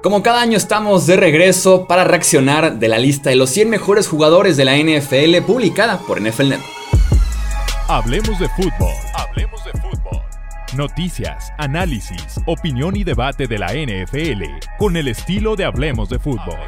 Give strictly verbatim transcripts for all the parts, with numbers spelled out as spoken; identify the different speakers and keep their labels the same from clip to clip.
Speaker 1: Como cada año estamos de regreso para reaccionar de la lista de los cien mejores jugadores de la N F L publicada por N F L Network.
Speaker 2: Hablemos de fútbol. Hablemos de fútbol. Noticias, análisis, opinión y debate de la N F L con el estilo de Hablemos de fútbol.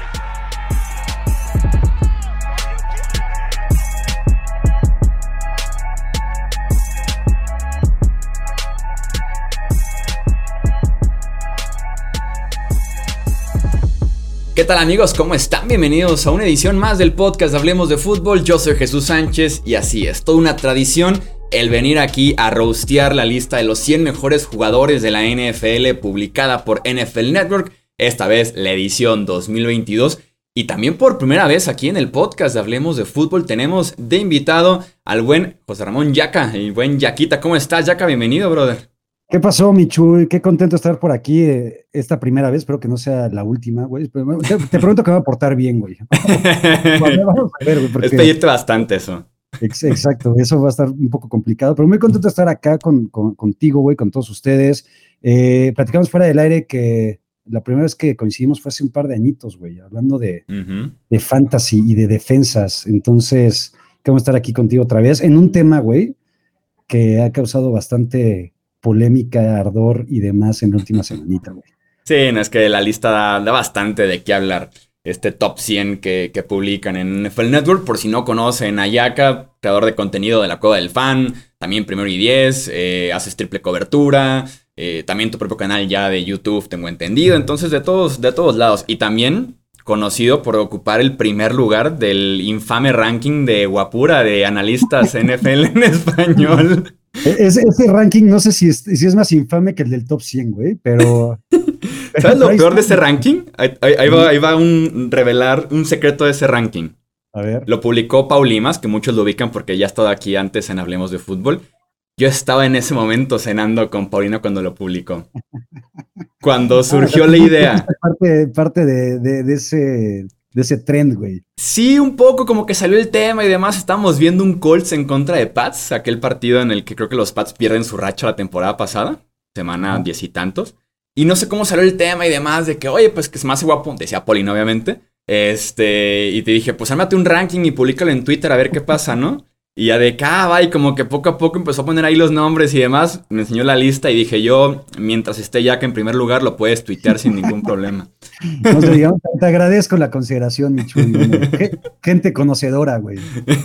Speaker 1: ¿Qué tal amigos? ¿Cómo están? Bienvenidos a una edición más del podcast de Hablemos de Fútbol. Yo soy Jesús Sánchez y así es, toda una tradición el venir aquí a roastear la lista de los cien mejores jugadores de la N F L publicada por N F L Network. Esta vez la edición dos mil veintidós. Y también por primera vez aquí en el podcast de Hablemos de Fútbol tenemos de invitado al buen José Ramón Yaca, el buen Yaquita. ¿Cómo estás, Yaca? Bienvenido, brother.
Speaker 3: ¿Qué pasó, mi Chuy? Qué contento de estar por aquí eh, esta primera vez. Espero que no sea la última, güey. Te, te pregunto que me va a portar bien, güey.
Speaker 1: Vamos a ver, güey. Porque... Es pedirte bastante eso.
Speaker 3: Ex exacto, eso va a estar un poco complicado. Pero muy contento de estar acá con, con, contigo, güey, con todos ustedes. Eh, platicamos fuera del aire que la primera vez que coincidimos fue hace un par de añitos, güey, hablando de, uh-huh. de fantasy y de defensas. Entonces, vamos a estar aquí contigo otra vez en un tema, güey, que ha causado bastante... polémica, ardor y demás en la última semanita, güey.
Speaker 1: Sí, no, es que la lista da, da bastante de qué hablar. Este top cien que, que publican en N F L Network, por si no conocen a Yaca, creador de contenido de la Cueva del Fan, también Primero y Diez, eh, haces triple cobertura, eh, también tu propio canal ya de YouTube, tengo entendido, entonces de todos, de todos lados. Y también conocido por ocupar el primer lugar del infame ranking de Guapura de analistas N F L en español.
Speaker 3: Ese, ese ranking no sé si es, si es más infame que el del top cien, güey, pero...
Speaker 1: ¿Sabes lo peor de ese ranking? Ahí, ahí, ahí, va, ahí va un revelar un secreto de ese ranking.
Speaker 3: A ver.
Speaker 1: Lo publicó Paul Limas, que muchos lo ubican porque ya ha estado aquí antes en Hablemos de Fútbol. Yo estaba en ese momento cenando con Paulino cuando lo publicó. Cuando surgió ah, la idea.
Speaker 3: Parte, parte de, de, de ese... de ese trend, güey.
Speaker 1: Sí, un poco como que salió el tema y demás. Estábamos viendo un Colts en contra de Pats, aquel partido en el que creo que los Pats pierden su racha la temporada pasada, semana diez y tantos. Y no sé cómo salió el tema y demás de que, oye, pues que es más guapo, decía Paulino, obviamente. Este, y te dije, pues ármate un ranking y públicalo en Twitter a ver qué pasa, ¿no? Y ya de acá, va, y como que poco a poco empezó a poner ahí los nombres y demás. Me enseñó la lista y dije yo, mientras esté Yaca en primer lugar, lo puedes tuitear sin ningún problema.
Speaker 3: No sé, digamos, te agradezco la consideración, mi Chuy. Gente conocedora, güey.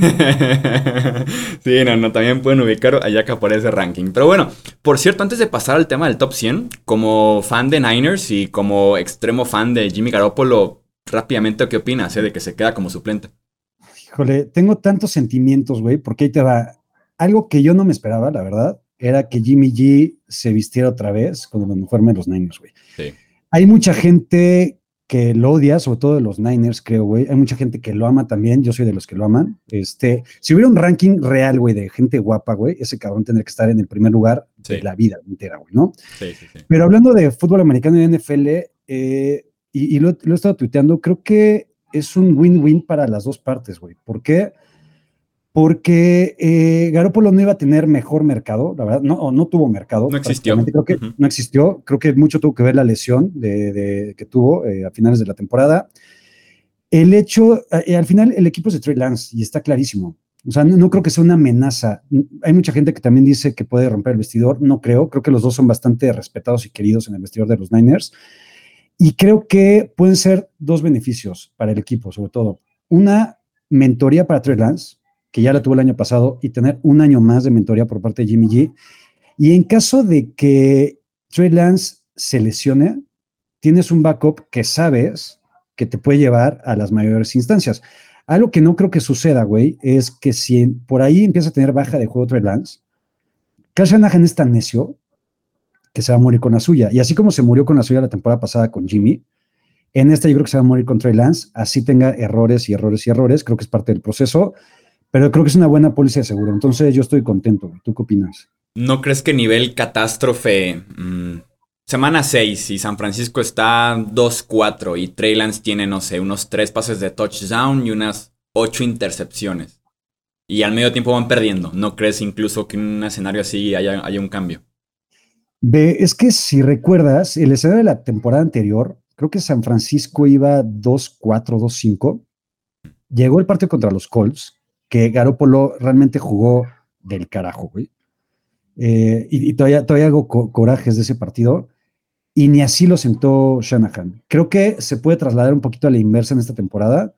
Speaker 1: Sí, no, no, también pueden ubicar a Yaca por ese ranking. Pero bueno, por cierto, antes de pasar al tema del top cien, como fan de Niners y como extremo fan de Jimmy Garoppolo, rápidamente, ¿qué opinas eh, de que se queda como suplente?
Speaker 3: Híjole, tengo tantos sentimientos, güey, porque ahí te va. Algo que yo no me esperaba, la verdad, era que Jimmy G se vistiera otra vez con el uniforme de los Niners, güey.
Speaker 1: Sí.
Speaker 3: Hay mucha gente que lo odia, sobre todo de los Niners, creo, güey. Hay mucha gente que lo ama también. Yo soy de los que lo aman. Este, si hubiera un ranking real, güey, de gente guapa, güey, ese cabrón tendría que estar en el primer lugar sí. de la vida entera, güey, ¿no?
Speaker 1: Sí, sí, sí.
Speaker 3: Pero hablando de fútbol americano y N F L, eh, y, y lo, lo he estado tuiteando, creo que es un win-win para las dos partes, güey. ¿Por qué? Porque eh, Garoppolo no iba a tener mejor mercado, la verdad, no, no tuvo mercado.
Speaker 1: No existió.
Speaker 3: Creo que
Speaker 1: uh-huh.
Speaker 3: no existió. Creo que mucho tuvo que ver la lesión de, de, que tuvo eh, a finales de la temporada. El hecho, eh, al final, el equipo es de Trey Lance y está clarísimo. O sea, no, no creo que sea una amenaza. Hay mucha gente que también dice que puede romper el vestidor. No creo. Creo que los dos son bastante respetados y queridos en el vestidor de los Niners. Y creo que pueden ser dos beneficios para el equipo, sobre todo. Una, mentoría para Trey Lance, que ya la tuvo el año pasado, y tener un año más de mentoría por parte de Jimmy G. Y en caso de que Trey Lance se lesione, tienes un backup que sabes que te puede llevar a las mayores instancias. Algo que no creo que suceda, güey, es que si por ahí empieza a tener baja de juego Trey Lance, Kyle Shanahan es tan necio que se va a morir con la suya. Y así como se murió con la suya la temporada pasada con Jimmy, en esta yo creo que se va a morir con Trey Lance, así tenga errores y errores y errores, creo que es parte del proceso, pero creo que es una buena póliza de seguro. Entonces yo estoy contento. ¿Tú qué opinas?
Speaker 1: ¿No crees que nivel catástrofe, mmm, semana seis y San Francisco está dos cuatro y Trey Lance tiene, no sé, unos tres pases de touchdown y unas ocho intercepciones? Y al medio tiempo van perdiendo. ¿No crees incluso que en un escenario así haya, haya un cambio?
Speaker 3: Ve, es que si recuerdas, el escenario de la temporada anterior creo que San Francisco iba dos cuatro, dos cinco. Llegó el partido contra los Colts, que Garoppolo realmente jugó del carajo, güey. Eh, y, y todavía, todavía hago co- corajes de ese partido. Y ni así lo sentó Shanahan. Creo que se puede trasladar un poquito a la inversa en esta temporada.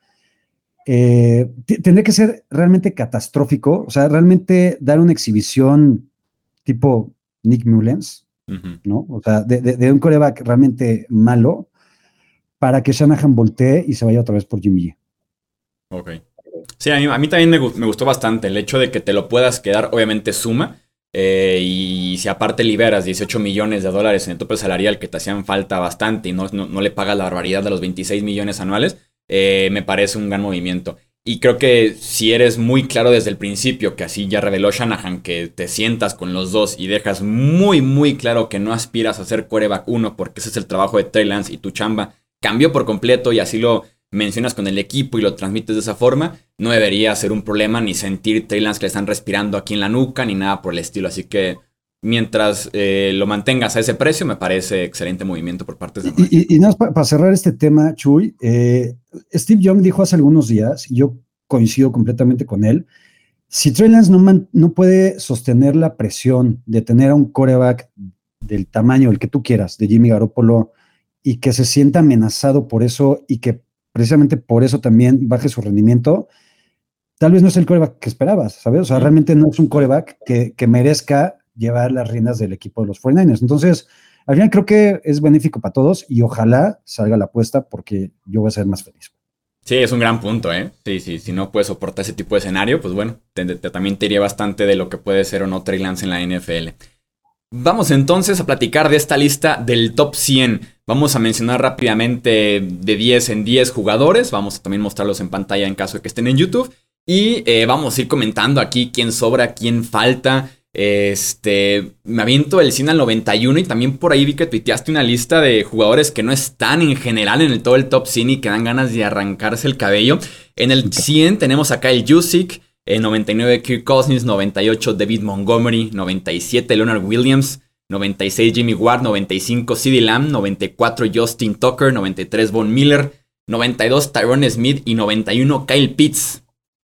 Speaker 3: Eh, t- tendría que ser realmente catastrófico, o sea, realmente dar una exhibición tipo Nick Mullens,
Speaker 1: Uh-huh.
Speaker 3: ¿no? O sea, de, de, de un quarterback realmente malo para que Shanahan voltee y se vaya otra vez por Jimmy G.
Speaker 1: Ok. Sí, a mí, a mí también me, gu- me gustó bastante el hecho de que te lo puedas quedar, obviamente suma. Eh, y si aparte liberas dieciocho millones de dólares en el tope salarial que te hacían falta bastante y no, no, no le pagas la barbaridad de los veintiséis millones anuales, eh, me parece un gran movimiento. Y creo que si eres muy claro desde el principio, que así ya reveló Shanahan, que te sientas con los dos y dejas muy, muy claro que no aspiras a ser quarterback uno, porque ese es el trabajo de Trey Lance y tu chamba cambió por completo y así lo mencionas con el equipo y lo transmites de esa forma, no debería ser un problema ni sentir Trey Lance que le están respirando aquí en la nuca ni nada por el estilo. Así que mientras eh, lo mantengas a ese precio, me parece excelente movimiento por parte de San Francisco.
Speaker 3: Y, y, y nada más para pa cerrar este tema, Chuy, eh, Steve Young dijo hace algunos días, y yo coincido completamente con él, si Trey Lance no, man, no puede sostener la presión de tener a un quarterback del tamaño, el que tú quieras, de Jimmy Garoppolo, y que se sienta amenazado por eso y que precisamente por eso también baje su rendimiento, tal vez no es el quarterback que esperabas, ¿sabes? O sea, realmente no es un quarterback que, que merezca llevar las riendas del equipo de los cuarenta y nueve ers. Entonces, al final creo que es benéfico para todos y ojalá salga la apuesta porque yo voy a ser más feliz.
Speaker 1: Sí, es un gran punto, ¿eh? Sí, sí, si no puedes soportar ese tipo de escenario, pues bueno, te, te, también te iría bastante de lo que puede ser o no Trey Lance en la N F L. Vamos entonces a platicar de esta lista del top cien. Vamos a mencionar rápidamente de diez en diez jugadores. Vamos a también mostrarlos en pantalla en caso de que estén en YouTube. Y eh, vamos a ir comentando aquí quién sobra, quién falta. Este, me aviento el cien al noventa y uno y también por ahí vi que tuiteaste una lista de jugadores que no están en general en el, todo el top cien y que dan ganas de arrancarse el cabello. En el cien tenemos acá el Jusic, en noventa y nueve Kirk Cousins, noventa y ocho David Montgomery, noventa y siete Leonard Williams, noventa y seis Jimmy Ward, noventa y cinco CeeDee Lamb, noventa y cuatro Justin Tucker, noventa y tres Von Miller, noventa y dos Tyron Smith y noventa y uno Kyle Pitts.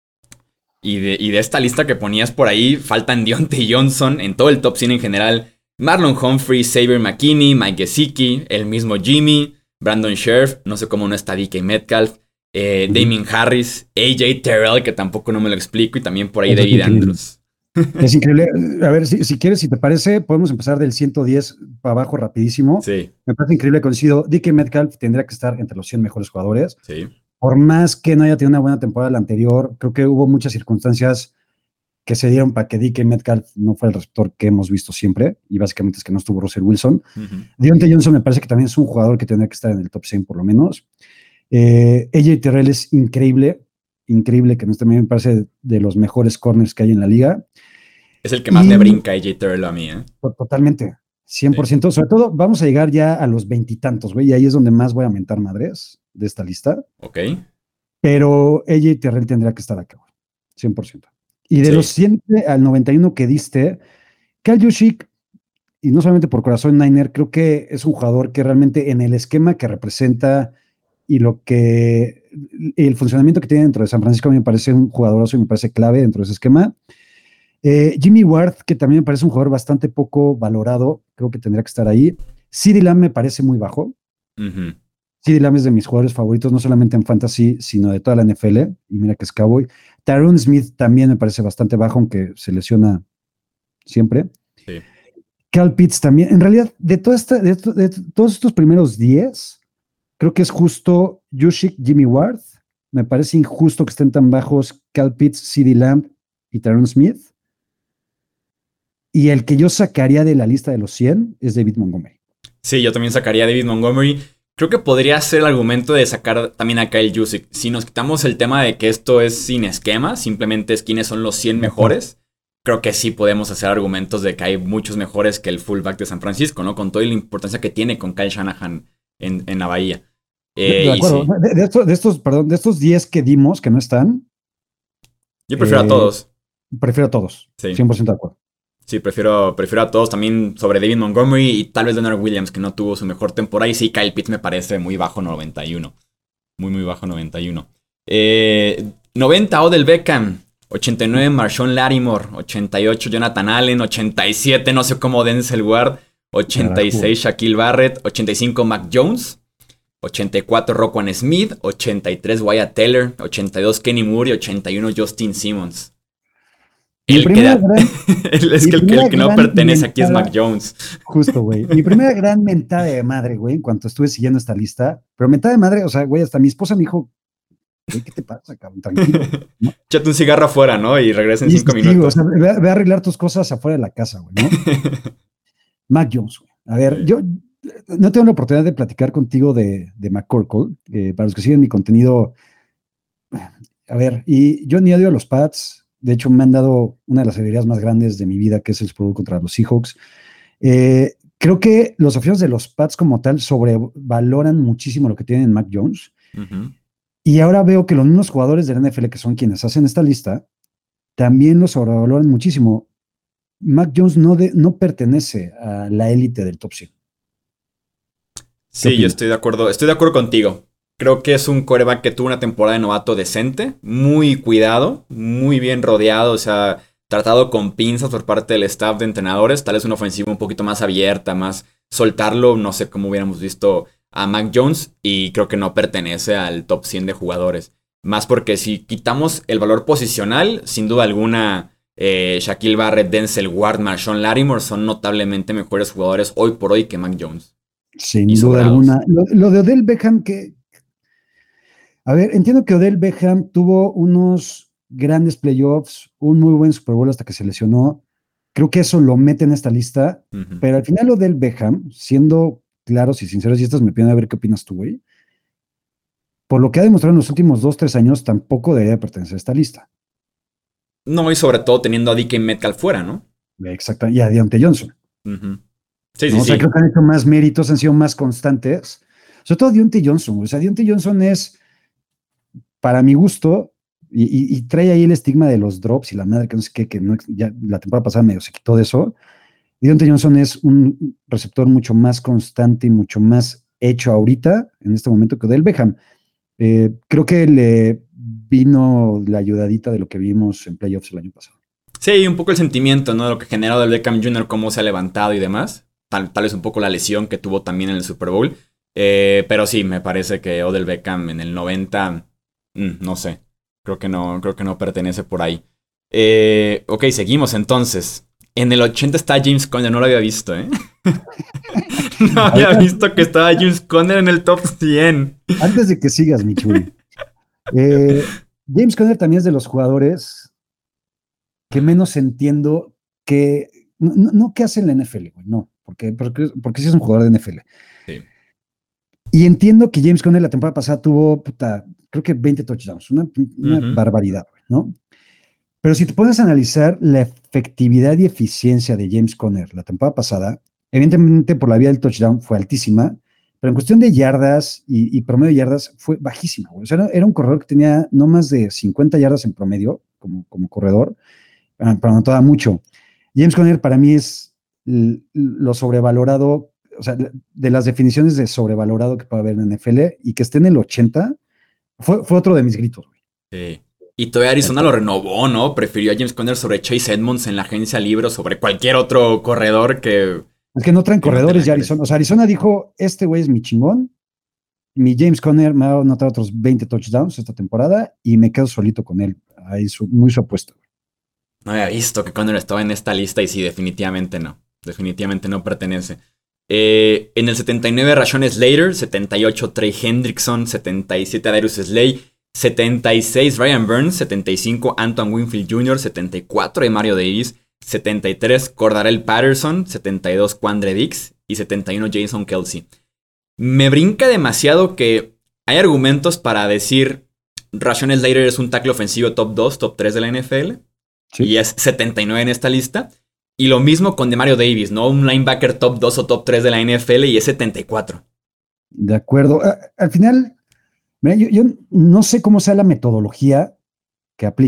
Speaker 1: Y de, y de esta lista que ponías por ahí, faltan Diontae Johnson en todo el top cien en general, Marlon Humphrey, Xavier McKinney, Mike Gesicki, el mismo Jimmy, Brandon Scherf, no sé cómo no está D K Metcalf, eh, Damien Harris, A J Terrell, que tampoco no me lo explico, y también por ahí
Speaker 3: Eso
Speaker 1: David Andrews.
Speaker 3: Es increíble. A ver, si, si quieres, si te parece, podemos empezar del ciento diez para abajo rapidísimo.
Speaker 1: Sí.
Speaker 3: Me parece increíble, coincido. D K Metcalf tendría que estar entre los cien mejores jugadores.
Speaker 1: Sí.
Speaker 3: Por más que no haya tenido una buena temporada la anterior, creo que hubo muchas circunstancias que se dieron para que D K Metcalf no fuera el receptor que hemos visto siempre, y básicamente es que no estuvo Russell Wilson. Uh-huh. Diontae Johnson me parece que también es un jugador que tendría que estar en el top cien por lo menos. Eh, A J Terrell es increíble, increíble, que también me parece de los mejores corners que hay en la liga.
Speaker 1: Es el que más y, le brinca a A J Terrell a mí, ¿eh?
Speaker 3: Totalmente, cien por ciento. Sí. Sobre todo, vamos a llegar ya a los veintitantos, güey, y ahí es donde más voy a mentar madres de esta lista.
Speaker 1: Ok.
Speaker 3: Pero A J Terrell tendría que estar acá, güey, cien por ciento. Y de sí. los cien al noventa y uno que diste, Kyle Juszczyk, y no solamente por corazón Niner, creo que es un jugador que realmente en el esquema que representa y lo que el funcionamiento que tiene dentro de San Francisco a mí me parece un jugadorazo y me parece clave dentro de ese esquema. Eh, Jimmy Ward, que también me parece un jugador bastante poco valorado, creo que tendría que estar ahí. CeeDee Lamb me parece muy bajo. Uh-huh. CeeDee Lamb es de mis jugadores favoritos, no solamente en fantasy, sino de toda la N F L, y mira que es Cowboy. Tyron Smith también me parece bastante bajo, aunque se lesiona siempre.
Speaker 1: Sí.
Speaker 3: Kyle Pitts también. En realidad, de, toda esta, de, de, de todos estos primeros diez, creo que es justo Juszczyk, Jimmy Ward. Me parece injusto que estén tan bajos Kyle Pitts, CeeDee Lamb y Tyron Smith. Y el que yo sacaría de la lista de los cien es David Montgomery.
Speaker 1: Sí, yo también sacaría a David Montgomery. Creo que podría ser el argumento de sacar también a Kyle Juszczyk. Si nos quitamos el tema de que esto es sin esquema, simplemente es quiénes son los cien mejores, creo que sí podemos hacer argumentos de que hay muchos mejores que el fullback de San Francisco, ¿no? Con toda la importancia que tiene con Kyle Shanahan en, en la Bahía.
Speaker 3: Eh, de acuerdo. Sí. De, de, estos, de estos, perdón, de estos diez que dimos que no están.
Speaker 1: Yo prefiero eh, a todos.
Speaker 3: Prefiero a todos. Sí. cien por ciento de acuerdo.
Speaker 1: Sí, prefiero, prefiero a todos también sobre David Montgomery y tal vez Leonard Williams, que no tuvo su mejor temporada. Y sí, Kyle Pitts me parece muy bajo noventa y uno. Muy, muy bajo noventa y uno. Eh, noventa Odell Beckham. ochenta y nueve Marshawn Lattimore. ochenta y ocho Jonathan Allen. ochenta y siete no sé cómo Denzel Ward. ochenta y seis Shaquille Barrett. ochenta y cinco Mac Jones. ochenta y cuatro Roquan Smith. ochenta y tres Wyatt Taylor. ochenta y dos Kenny Moore. Y ochenta y uno Justin Simmons. El que, da, gran, es que el, el que no pertenece mentada, aquí es Mac Jones.
Speaker 3: Justo, güey. Mi primera gran mentada de madre, güey, en cuanto estuve siguiendo esta lista. Pero mentada de madre, o sea, güey, hasta mi esposa me dijo, güey, ¿qué te pasa, cabrón? Tranquilo, ¿no?
Speaker 1: Échate un cigarro afuera, ¿no? Y regresa en y cinco minutos.
Speaker 3: O sea, ve a, ve a arreglar tus cosas afuera de la casa, güey, ¿no? Mac Jones, güey. A ver, yo no tengo la oportunidad de platicar contigo de, de McCorkle. Eh, para los que siguen mi contenido, a ver, y yo ni odio a los Pats. De hecho, me han dado una de las alegrías más grandes de mi vida, que es el Super Bowl contra los Seahawks. Eh, creo que los aficionados de los Pats como tal sobrevaloran muchísimo lo que tienen Mac Jones. Uh-huh. Y ahora veo que los mismos jugadores de la N F L, que son quienes hacen esta lista, también lo sobrevaloran muchísimo. Mac Jones no, de, no pertenece a la élite del top cien.
Speaker 1: Sí, yo estoy de acuerdo. Estoy de acuerdo contigo. Creo que es un quarterback que tuvo una temporada de novato decente, muy cuidado, muy bien rodeado, o sea, tratado con pinzas por parte del staff de entrenadores. Tal vez una ofensiva un poquito más abierta, más soltarlo, no sé cómo hubiéramos visto a Mac Jones, y creo que no pertenece al top cien de jugadores. Más porque si quitamos el valor posicional, sin duda alguna, eh, Shaquille Barrett, Denzel Ward, Marshawn Lattimore son notablemente mejores jugadores hoy por hoy que Mac Jones.
Speaker 3: Sin duda alguna. Lo, lo de Odell Beckham que... A ver, entiendo que Odell Beckham tuvo unos grandes playoffs, un muy buen Super Bowl hasta que se lesionó. Creo que eso lo mete en esta lista. Uh-huh. Pero al final Odell Beckham, siendo claros y sinceros, y estas me piden a ver qué opinas tú, güey, por lo que ha demostrado en los últimos dos, tres años, tampoco debería pertenecer a esta lista.
Speaker 1: No, y sobre todo teniendo a D K Metcalf fuera, ¿no?
Speaker 3: Exacto, y a Deontay Johnson.
Speaker 1: Uh-huh. Sí,
Speaker 3: ¿no?
Speaker 1: sí,
Speaker 3: o sea,
Speaker 1: sí.
Speaker 3: creo que han hecho más méritos, han sido más constantes. Sobre todo Deontay Johnson, güey. O sea, Deontay Johnson es... para mi gusto, y, y, y trae ahí el estigma de los drops y la madre que no sé qué, que no, ya la temporada pasada medio se quitó de eso. Y Deontay Johnson es un receptor mucho más constante y mucho más hecho ahorita, en este momento, que Odell Beckham. Eh, creo que le vino la ayudadita de lo que vimos en playoffs el año pasado.
Speaker 1: Sí, un poco el sentimiento, ¿no? De lo que generó Odell Beckham junior, cómo se ha levantado y demás. Tal, tal vez un poco la lesión que tuvo también en el Super Bowl. Eh, pero sí, me parece que Odell Beckham en el noventa... No sé, creo que no, creo que no pertenece por ahí. Eh, ok, seguimos entonces. En el ochenta está James Conner, no lo había visto, ¿eh? No había visto que estaba James Conner en el top cien.
Speaker 3: Antes de que sigas, mi chuli. Eh, James Conner también es de los jugadores que menos entiendo que... No, no que hace en la N F L, güey, no. Porque, porque, porque sí es un jugador de N F L.
Speaker 1: Sí.
Speaker 3: Y entiendo que James Conner la temporada pasada tuvo, puta, creo que veinte touchdowns, una, una uh-huh. barbaridad, ¿no? Pero si te pones a analizar la efectividad y eficiencia de James Conner la temporada pasada, evidentemente por la vía del touchdown fue altísima, pero en cuestión de yardas y, y promedio de yardas fue bajísima, güey. O sea, era, era un corredor que tenía no más de cincuenta yardas en promedio como, como corredor, pero no toda mucho. James Conner para mí es l- lo sobrevalorado, o sea, de las definiciones de sobrevalorado que puede haber en N F L, y que esté en el ochenta, fue, fue otro de mis gritos, güey.
Speaker 1: Sí. Y todavía Arizona lo renovó, ¿no? Prefirió a James Conner sobre Chase Edmonds en la agencia libre, sobre cualquier otro corredor que...
Speaker 3: Es que no traen que corredores no de Arizona. O sea, Arizona dijo, este güey es mi chingón, mi James Conner me ha anotado otros veinte touchdowns esta temporada y me quedo solito con él. Ahí su, muy su apuesta.
Speaker 1: No había visto que Conner estaba en esta lista y sí, definitivamente no. Definitivamente no pertenece. Eh, en el setenta y nueve, Rashawn Slater. setenta y ocho, Trey Hendrickson. setenta y siete, Darius Slay. setenta y seis, Ryan Burns. setenta y cinco, Antoine Winfield junior setenta y cuatro, Mario Davis. setenta y tres, Cordarrelle Patterson. setenta y dos, Quandre Dix. Y setenta y uno, Jason Kelce. Me brinca demasiado que hay argumentos para decir Rashawn Slater es un tackle ofensivo top dos, top tres de la N F L. Sí. Y es setenta y nueve en esta lista. Y lo mismo con Demario Davis, ¿no? Un linebacker top dos o top tres de la N F L y es setenta y cuatro.
Speaker 3: De acuerdo. A, al final, mira, yo, yo no sé cómo sea la metodología que aplican,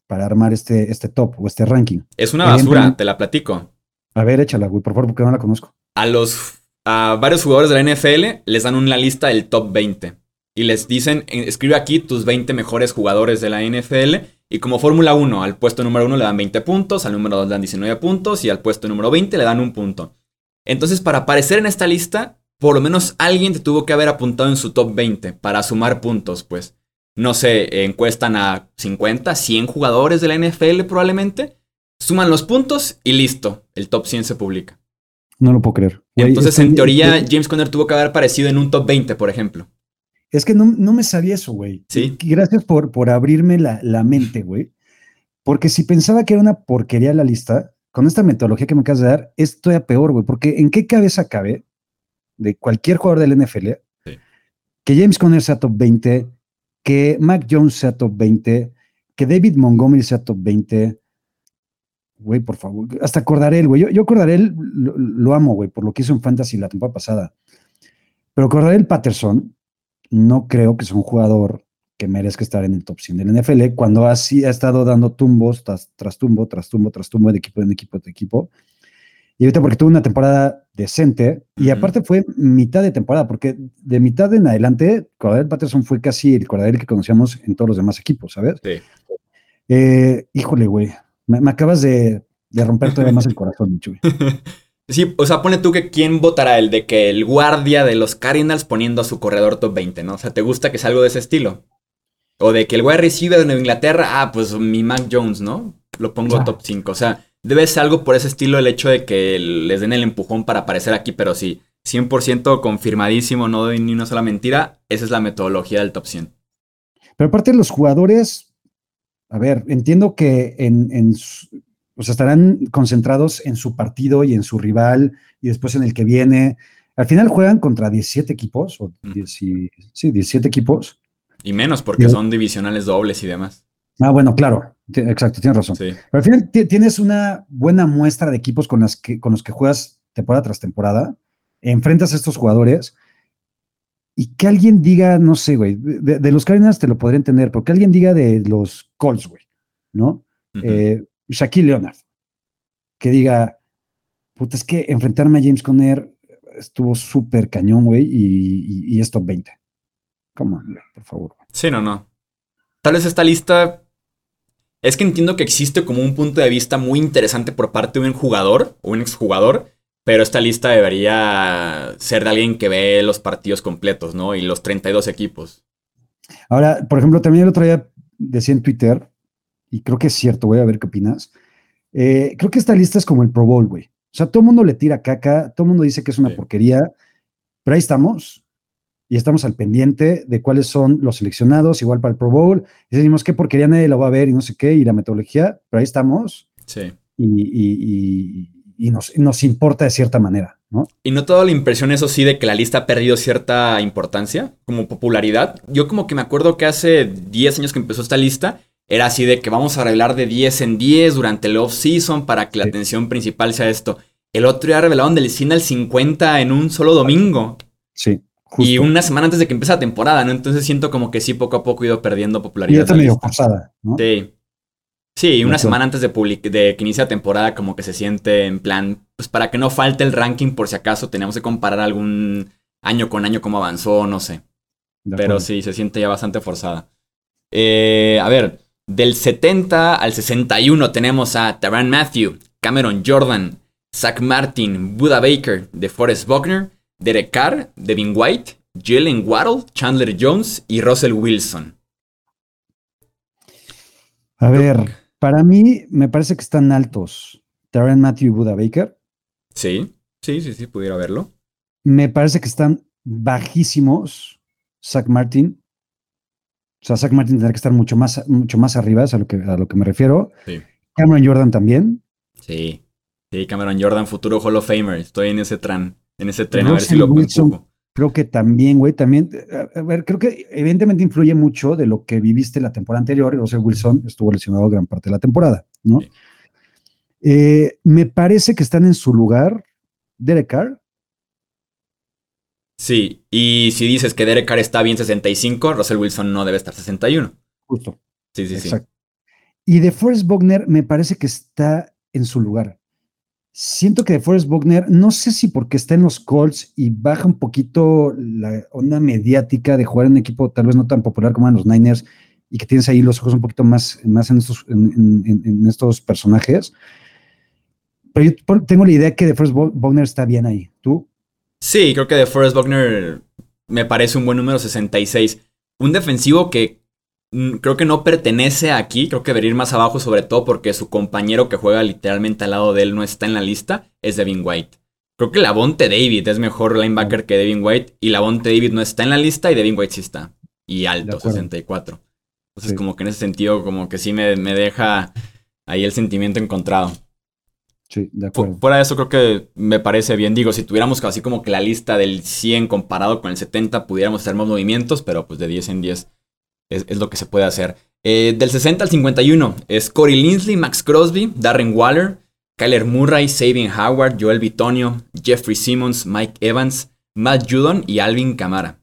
Speaker 3: para armar este, este top o este ranking.
Speaker 1: Es una basura, te la platico.
Speaker 3: A ver, échala, güey, por favor, porque no la conozco.
Speaker 1: A los a varios jugadores de la N F L les dan una lista del top veinte. Y les dicen, escribe aquí tus veinte mejores jugadores de la N F L. Y como Fórmula uno, al puesto número uno le dan veinte puntos, al número dos le dan diecinueve puntos y al puesto número veinte le dan un punto. Entonces, para aparecer en esta lista, por lo menos alguien te tuvo que haber apuntado en su top veinte para sumar puntos, pues. No sé, encuestan a cincuenta, cien jugadores de la N F L probablemente. Suman los puntos y listo, el top cien se publica.
Speaker 3: No lo puedo creer.
Speaker 1: Güey, entonces, estoy, en teoría, estoy... James Conner tuvo que haber aparecido en un top veinte, por ejemplo.
Speaker 3: Es que no, no me sabía eso, güey.
Speaker 1: Sí.
Speaker 3: Gracias por, por abrirme la, la mente, güey. Porque si pensaba que era una porquería la lista, con esta metodología que me acabas de dar, es todavía peor, güey. Porque ¿en qué cabeza cabe de cualquier jugador del N F L sí. que James Conner sea top veinte, que Mac Jones sea top veinte, que David Montgomery sea top veinte? Güey, por favor. Hasta Cordarel, güey. Yo, yo Cordarel lo, lo amo, güey, por lo que hizo en Fantasy la temporada pasada. Pero Cordarel Patterson no creo que sea un jugador que merezca estar en el top cien del N F L cuando así ha estado dando tumbos tras, tras tumbo, tras tumbo, tras tumbo de equipo en equipo de equipo. Y ahorita porque tuvo una temporada decente y uh-huh. aparte fue mitad de temporada, porque de mitad en adelante Cordarel Patterson fue casi el Cordarel que conocíamos en todos los demás equipos, ¿sabes?
Speaker 1: Sí.
Speaker 3: Eh, híjole, güey. Me, me acabas de, de romper todavía más el corazón, Chuy.
Speaker 1: Sí, o sea, pone tú que quién votará el de que el guardia de los Cardinals poniendo a su corredor top veinte, ¿no? O sea, ¿te gusta que sea algo de ese estilo? O de que el wide receiver de Nueva Inglaterra, ah, pues mi Mac Jones, ¿no? Lo pongo ah. top cinco. O sea, debe ser algo por ese estilo el hecho de que les den el empujón para aparecer aquí, pero sí, cien por ciento confirmadísimo, no doy ni una sola mentira, esa es la metodología del top cien.
Speaker 3: Pero aparte los jugadores, a ver, entiendo que en... en su, o sea, estarán concentrados en su partido y en su rival y después en el que viene. Al final juegan contra diecisiete equipos, o diez, sí, diecisiete equipos.
Speaker 1: Y menos porque y, son divisionales dobles y demás.
Speaker 3: Ah, bueno, claro, t- exacto, tienes razón.
Speaker 1: Sí.
Speaker 3: Pero al final t- tienes una buena muestra de equipos con, las que, con los que juegas temporada tras temporada, enfrentas a estos jugadores y que alguien diga, no sé, güey, de, de los Cardinals te lo podría entender, pero que alguien diga de los Colts, güey, ¿no? Uh-huh. Eh, Shaquille Leonard, que diga, puta, es que enfrentarme a James Conner estuvo súper cañón, güey, y, y, y es top veinte. Come on, por favor.
Speaker 1: Sí, no, no. Tal vez esta lista, es que entiendo que existe como un punto de vista muy interesante por parte de un jugador o un exjugador, pero esta lista debería ser de alguien que ve los partidos completos, ¿no? Y los treinta y dos equipos.
Speaker 3: Ahora, por ejemplo, también el otro día decía en Twitter, y creo que es cierto, voy a ver qué opinas. Eh, creo que esta lista es como el Pro Bowl, güey. O sea, todo el mundo le tira caca, todo el mundo dice que es una sí. porquería, pero ahí estamos, y estamos al pendiente de cuáles son los seleccionados, igual para el Pro Bowl, y decimos qué porquería, nadie lo va a ver, y no sé qué, y la metodología, pero ahí estamos,
Speaker 1: sí.
Speaker 3: y, y, y, y nos, nos importa de cierta manera, ¿no?
Speaker 1: ¿Y no te da la impresión, eso sí, de que la lista ha perdido cierta importancia, como popularidad? Yo como que me acuerdo que hace diez años que empezó esta lista, era así de que vamos a revelar de diez en diez durante el off-season para que la sí. atención principal sea esto. El otro día revelaron del cien al cincuenta en un solo domingo.
Speaker 3: Sí,
Speaker 1: justo. Y una semana antes de que empiece la temporada, ¿no? Entonces siento como que sí, poco a poco ha ido perdiendo popularidad.
Speaker 3: Y ya está medio pasada, ¿no?
Speaker 1: Sí. Sí, una no, semana antes de, public- de que inicie la temporada como que se siente en plan, pues para que no falte el ranking por si acaso tenemos que comparar algún año con año cómo avanzó, no sé. Pero sí, se siente ya bastante forzada. Eh, a ver... Del setenta al sesenta y uno tenemos a Tyrann Mathieu, Cameron Jordan, Zach Martin, Buda Baker, DeForest Buckner, Derek Carr, Devin White, Jalen Waddle, Chandler Jones y Russell Wilson.
Speaker 3: A ver, para mí me parece que están altos Tyrann Mathieu y Buda Baker.
Speaker 1: Sí, sí, sí, sí, pudiera verlo.
Speaker 3: Me parece que están bajísimos Zach Martin. O sea, Zach Martin tendrá que estar mucho más, mucho más arriba, es a lo que, a lo que me refiero.
Speaker 1: Sí.
Speaker 3: Cameron Jordan también.
Speaker 1: Sí, sí, Cameron Jordan, futuro Hall of Famer. Estoy en ese tren, en ese tren,
Speaker 3: Russell
Speaker 1: a ver si lo
Speaker 3: Wilson,
Speaker 1: empujo.
Speaker 3: Creo que también, güey, también. A ver, creo que evidentemente influye mucho de lo que viviste la temporada anterior. Russell Wilson estuvo lesionado gran parte de la temporada, ¿no?
Speaker 1: Sí.
Speaker 3: Eh, me parece que están en su lugar Derek Carr.
Speaker 1: Sí, y si dices que Derek Carr está bien sesenta y cinco, Russell Wilson no debe estar sesenta y uno.
Speaker 3: Justo.
Speaker 1: Sí, sí,
Speaker 3: Exacto.
Speaker 1: sí.
Speaker 3: Y DeForest Buckner me parece que está en su lugar. Siento que DeForest Buckner, no sé si porque está en los Colts y baja un poquito la onda mediática de jugar en un equipo tal vez no tan popular como en los Niners y que tienes ahí los ojos un poquito más, más en, estos, en, en, en estos personajes. Pero yo tengo la idea que DeForest Buckner está bien ahí. ¿Tú?
Speaker 1: Sí, creo que DeForest Buckner me parece un buen número sesenta y seis. Un defensivo que creo que no pertenece aquí, creo que debería ir más abajo, sobre todo porque su compañero que juega literalmente al lado de él no está en la lista, es Devin White. Creo que Lavonte David es mejor linebacker que Devin White y Lavonte David no está en la lista y Devin White sí está. Y alto, sesenta y cuatro. Entonces sí. Como que en ese sentido como que sí me, me deja ahí el sentimiento encontrado.
Speaker 3: Sí, de acuerdo.
Speaker 1: Fuera de eso creo que me parece bien. Digo, si tuviéramos así como que la lista del cien comparado con el setenta pudiéramos hacer más movimientos, pero pues de diez en diez es, es lo que se puede hacer. Eh, del sesenta al cincuenta y uno es Corey Linsley, Max Crosby, Darren Waller, Kyler Murray, Xavier Howard, Joel Bitonio, Jeffrey Simmons, Mike Evans, Matt Judon y Alvin Kamara.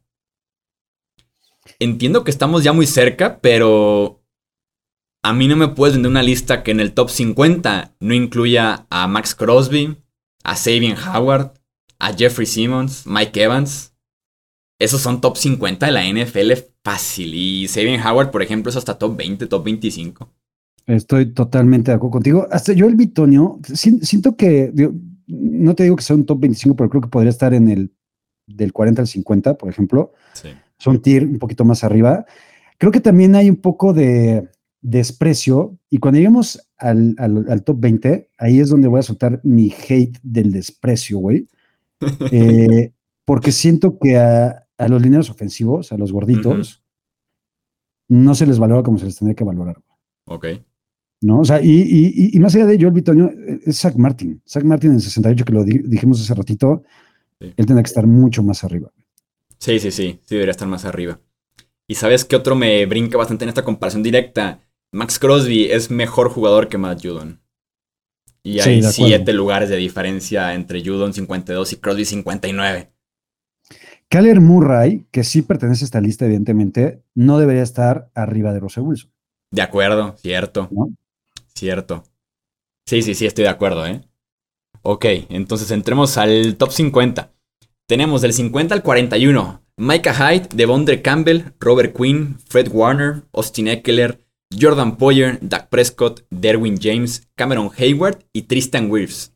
Speaker 1: Entiendo que estamos ya muy cerca, pero a mí no me puedes vender una lista que en el top cincuenta no incluya a Max Crosby, a Xavier Howard, a Jeffrey Simmons, Mike Evans. Esos son top cincuenta de la N F L fácil. Y Xavier Howard, por ejemplo, es hasta top veinte, top veinticinco.
Speaker 3: Estoy totalmente de acuerdo contigo. Hasta yo el Bitonio, siento que, digo, no te digo que sea un top veinticinco, pero creo que podría estar en el del cuarenta al cincuenta, por ejemplo.
Speaker 1: Sí.
Speaker 3: Son tier un poquito más arriba. Creo que también hay un poco de desprecio, y cuando lleguemos al, al, al top veinte, ahí es donde voy a soltar mi hate del desprecio, güey. Eh, porque siento que a, a los lineros ofensivos, a los gorditos, uh-huh. no se les valora como se les tendría que valorar.
Speaker 1: Ok.
Speaker 3: ¿No? O sea, y, y, y más allá de Joel Bitonio, es Zach Martin. Zach Martin en sesenta y ocho, que lo di, dijimos hace ratito, sí. Él tendrá que estar mucho más arriba.
Speaker 1: Sí, sí, sí, sí debería estar más arriba. ¿Y sabes qué otro me brinca bastante en esta comparación directa? Max Crosby es mejor jugador que Matt Judon. Y hay sí, siete lugares de diferencia entre Judon cincuenta y dos y Crosby cincuenta y nueve.
Speaker 3: Kyler Murray, que sí pertenece a esta lista, evidentemente, no debería estar arriba de Russell Wilson.
Speaker 1: De acuerdo, cierto. ¿No? Cierto. Sí, sí, sí, estoy de acuerdo, ¿eh? Ok, entonces entremos al top cincuenta. Tenemos del cincuenta al cuarenta y uno. Micah Hyde, Devondre Campbell, Robert Quinn, Fred Warner, Austin Ekeler, Jordan Poyer, Dak Prescott, Derwin James, Cameron Hayward y Tristan Wirfs.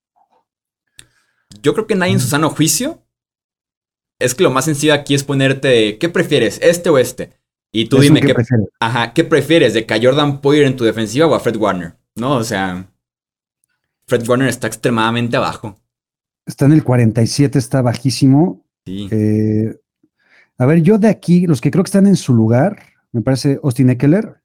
Speaker 1: Yo creo que nadie en su sano juicio. Es que lo más sencillo aquí es ponerte, ¿qué prefieres? ¿Este o este? Y tú dime qué, prefieres? Ajá, ¿qué prefieres? ¿De que a Jordan Poyer en tu defensiva o a Fred Warner? No, o sea, Fred Warner está extremadamente abajo.
Speaker 3: Está en el cuarenta y siete, está bajísimo.
Speaker 1: Sí.
Speaker 3: Eh, a ver, yo de aquí, los que creo que están en su lugar, me parece Austin Ekeler.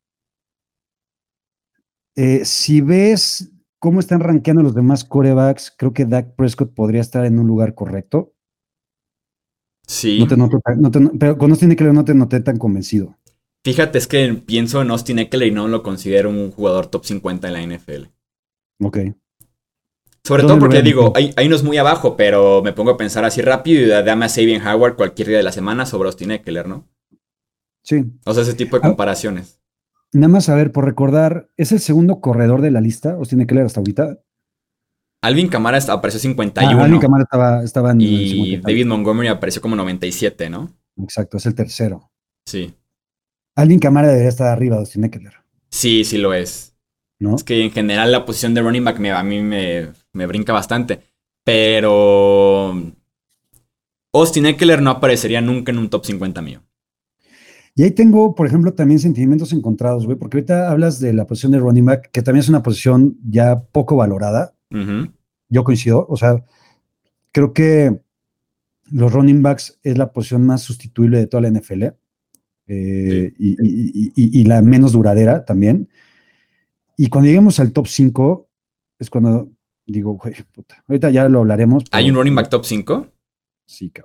Speaker 3: Eh, si ves cómo están rankeando los demás quarterbacks, creo que Dak Prescott podría estar en un lugar correcto.
Speaker 1: Sí.
Speaker 3: No te noto, no te, pero con Austin Ekeler no te noté tan convencido.
Speaker 1: Fíjate, es que pienso en Austin Ekeler y no lo considero un jugador top cincuenta en la N F L.
Speaker 3: Ok.
Speaker 1: Sobre todo porque digo, ahí, ahí no es muy abajo, pero me pongo a pensar así rápido y dame a Xavier Howard cualquier día de la semana sobre Austin Ekeler, ¿no?
Speaker 3: Sí.
Speaker 1: O sea, ese tipo de comparaciones.
Speaker 3: Nada más, a ver, por recordar, ¿es el segundo corredor de la lista, Austin Ekeler, hasta ahorita?
Speaker 1: Alvin Kamara apareció cincuenta y uno.
Speaker 3: Ah, Alvin Kamara estaba, estaba en
Speaker 1: y cincuenta. David Montgomery apareció como noventa y siete, ¿no?
Speaker 3: Exacto, es el tercero.
Speaker 1: Sí.
Speaker 3: Alvin Kamara debería estar arriba de Austin Ekeler.
Speaker 1: Sí, sí lo es.
Speaker 3: ¿No?
Speaker 1: Es que en general la posición de running back me, a mí me, me brinca bastante. Pero Austin Ekeler no aparecería nunca en un top cincuenta mío.
Speaker 3: Y ahí tengo, por ejemplo, también sentimientos encontrados, güey, porque ahorita hablas de la posición de running back, que también es una posición ya poco valorada.
Speaker 1: Uh-huh.
Speaker 3: Yo coincido, o sea, creo que los running backs es la posición más sustituible de toda la N F L eh, sí. y, y, y, y la menos duradera también. Y cuando lleguemos al top cinco, es cuando digo, güey, puta, ahorita ya lo hablaremos.
Speaker 1: ¿Hay un running back top cinco?
Speaker 3: Sí, cabrón.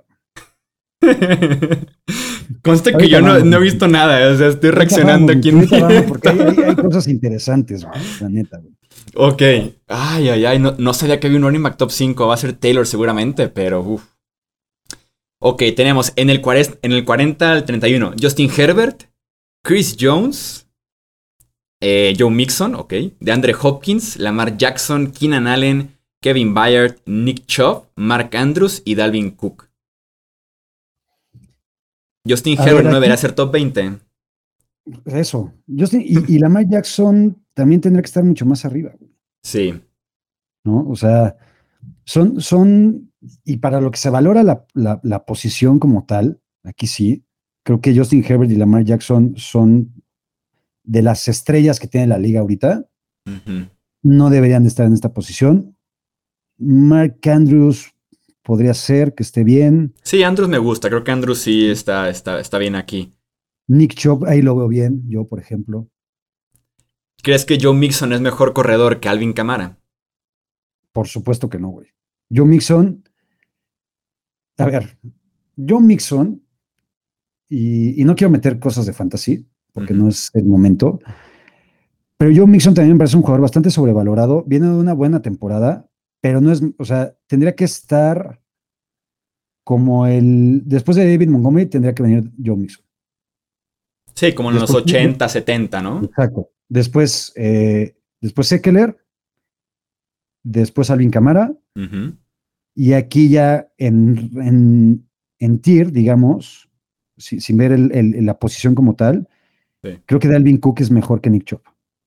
Speaker 1: Consta que yo no, no he visto nada, o sea, estoy reaccionando aquí en
Speaker 3: vamos, porque hay, hay, hay cosas interesantes, güey, la neta, güey.
Speaker 1: Ok. Ay, ay, ay, no, no sabía que había un running back top cinco, va a ser Taylor seguramente, pero uff. Ok, tenemos en el, cuarenta, en el cuarenta al treinta y uno, Justin Herbert, Chris Jones, Eh, Joe Mixon, ok. DeAndre Hopkins, Lamar Jackson, Keenan Allen, Kevin Byard, Nick Chubb, Mark Andrews y Dalvin Cook. Justin
Speaker 3: A
Speaker 1: Herbert
Speaker 3: ver,
Speaker 1: no
Speaker 3: aquí-
Speaker 1: debería ser top veinte.
Speaker 3: Eso. Justin, y, y Lamar Jackson también tendría que estar mucho más arriba, güey,
Speaker 1: Sí.
Speaker 3: ¿no? O sea, son, son, y para lo que se valora la, la- la posición como tal, aquí sí, creo que Justin Herbert y Lamar Jackson son de las estrellas que tiene la liga ahorita,
Speaker 1: Ujú.
Speaker 3: no deberían de estar en esta posición. Mark Andrews podría ser que esté bien.
Speaker 1: Sí, Andrews me gusta. Creo que Andrews sí está, está, está bien aquí.
Speaker 3: Nick Chubb, ahí lo veo bien, yo, por ejemplo.
Speaker 1: ¿Crees que Joe Mixon es mejor corredor que Alvin Kamara?
Speaker 3: Por supuesto que no, güey. Joe Mixon, a ver, Joe Mixon, y, y no quiero meter cosas de fantasy, porque
Speaker 1: Ujú.
Speaker 3: no es el momento, pero Joe Mixon también me parece un jugador bastante sobrevalorado, viene de una buena temporada, pero no es, o sea, tendría que estar como el, después de David Montgomery, tendría que venir Joe Mixon.
Speaker 1: Sí, como en los
Speaker 3: Después,
Speaker 1: ochenta, setenta, ¿no?
Speaker 3: exacto. Después, eh, después Ekeler, después Alvin Kamara,
Speaker 1: Ujú.
Speaker 3: y aquí ya en, en, en tier, digamos, si- sin ver el- el- la posición como tal,
Speaker 1: Sí.
Speaker 3: creo que Dalvin Cook es mejor que Nick Chubb.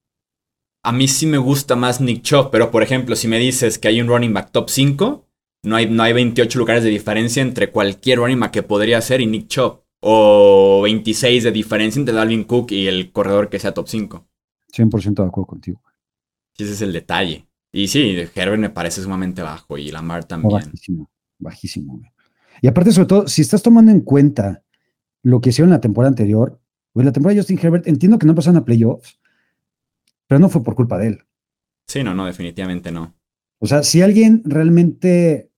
Speaker 1: A mí sí me gusta más Nick Chubb, pero por ejemplo, si me dices que hay un running back top cinco, no hay, no hay veintiocho lugares de diferencia entre cualquier running back que podría ser y Nick Chubb. O veintiséis de diferencia entre Dalvin Cook y el corredor que sea top cinco.
Speaker 3: cien por ciento de acuerdo contigo.
Speaker 1: Sí, ese es el detalle. Y sí, Herbert me parece sumamente bajo y Lamar
Speaker 3: No,
Speaker 1: también.
Speaker 3: bajísimo, bajísimo. Güey. Y aparte, sobre todo, si estás tomando en cuenta lo que hicieron la temporada anterior, pues la temporada de Justin Herbert, entiendo que no pasaron a playoffs, pero no fue por culpa de él.
Speaker 1: Sí, no, no, definitivamente no.
Speaker 3: O sea, si alguien realmente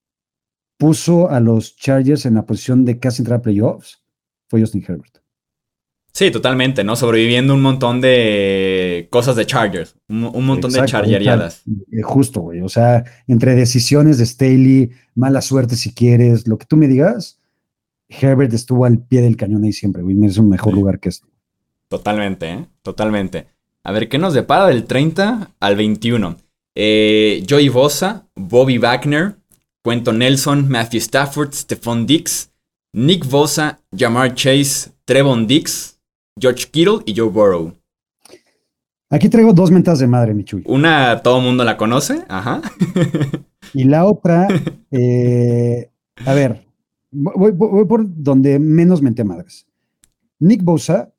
Speaker 3: puso a los Chargers en la posición de casi entrar a playoffs, fue Justin Herbert.
Speaker 1: Sí, totalmente, ¿no? Sobreviviendo un montón de cosas de Chargers. Un, un montón de
Speaker 3: Exacto,
Speaker 1: chargeriadas.
Speaker 3: eh, justo, güey. O sea, entre decisiones de Staley, mala suerte si quieres, lo que tú me digas, Herbert estuvo al pie del cañón ahí siempre, güey. Es un mejor
Speaker 1: Sí.
Speaker 3: lugar que esto.
Speaker 1: Totalmente, ¿eh? Totalmente. A ver, ¿qué nos depara del treinta al veintiuno? Eh, Joey Bosa, Bobby Wagner, Quentin Nelson, Matthew Stafford, Stephon Diggs, Nick Bosa, Jamar Chase, Trevon Diggs, George Kittle y Joe Burrow.
Speaker 3: Aquí traigo dos mentas de madre, Michuy.
Speaker 1: Una, todo el mundo la conoce, ajá.
Speaker 3: Y la otra, eh, a ver, voy, voy- voy por donde menos menté madres. Nick Bosa